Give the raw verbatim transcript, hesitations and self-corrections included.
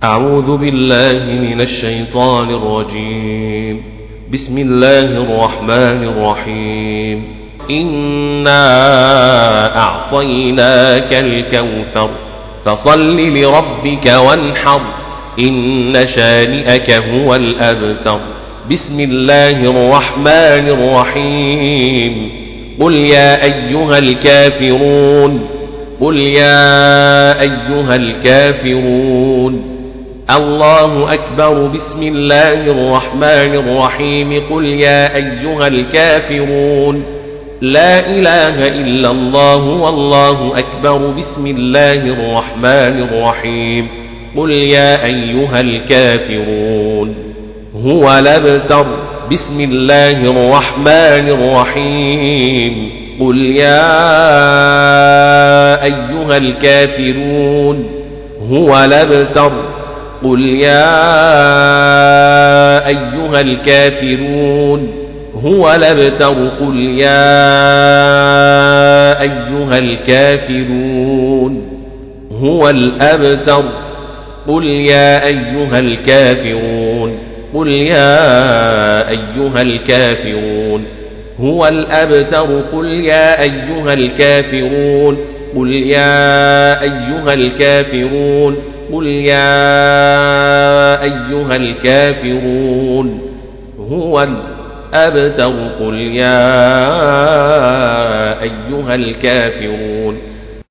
أعوذ بالله من الشيطان الرجيم. بسم الله الرحمن الرحيم. إنا أعطيناك الكوثر فصل لربك وانحر إن شانئك هو الأبتر. بسم الله الرحمن الرحيم. قل يا أيها الكافرون قل يا أيها الكافرون الله أكبر. بسم الله الرحمن الرحيم. قل يا أيها الكافرون لا إله إلا الله والله أكبر. بسم الله الرحمن الرحيم. قل يا أيها الكافرون هو الأبتر. بسم الله الرحمن الرحيم. قل يا أيها الكافرون هو الأبتر. قل يا أيها الكافرون هو الأبتر. قل يا أيها الكافرون هو الأبتر. قل يا أيها الكافرون قل يا أيها الكافرون هو الأبتر. قل يا أيها الكافرون قل يا أيها الكافرون قل يا أيها الكافرون هو الأبتر. قل يا أيها الكافرون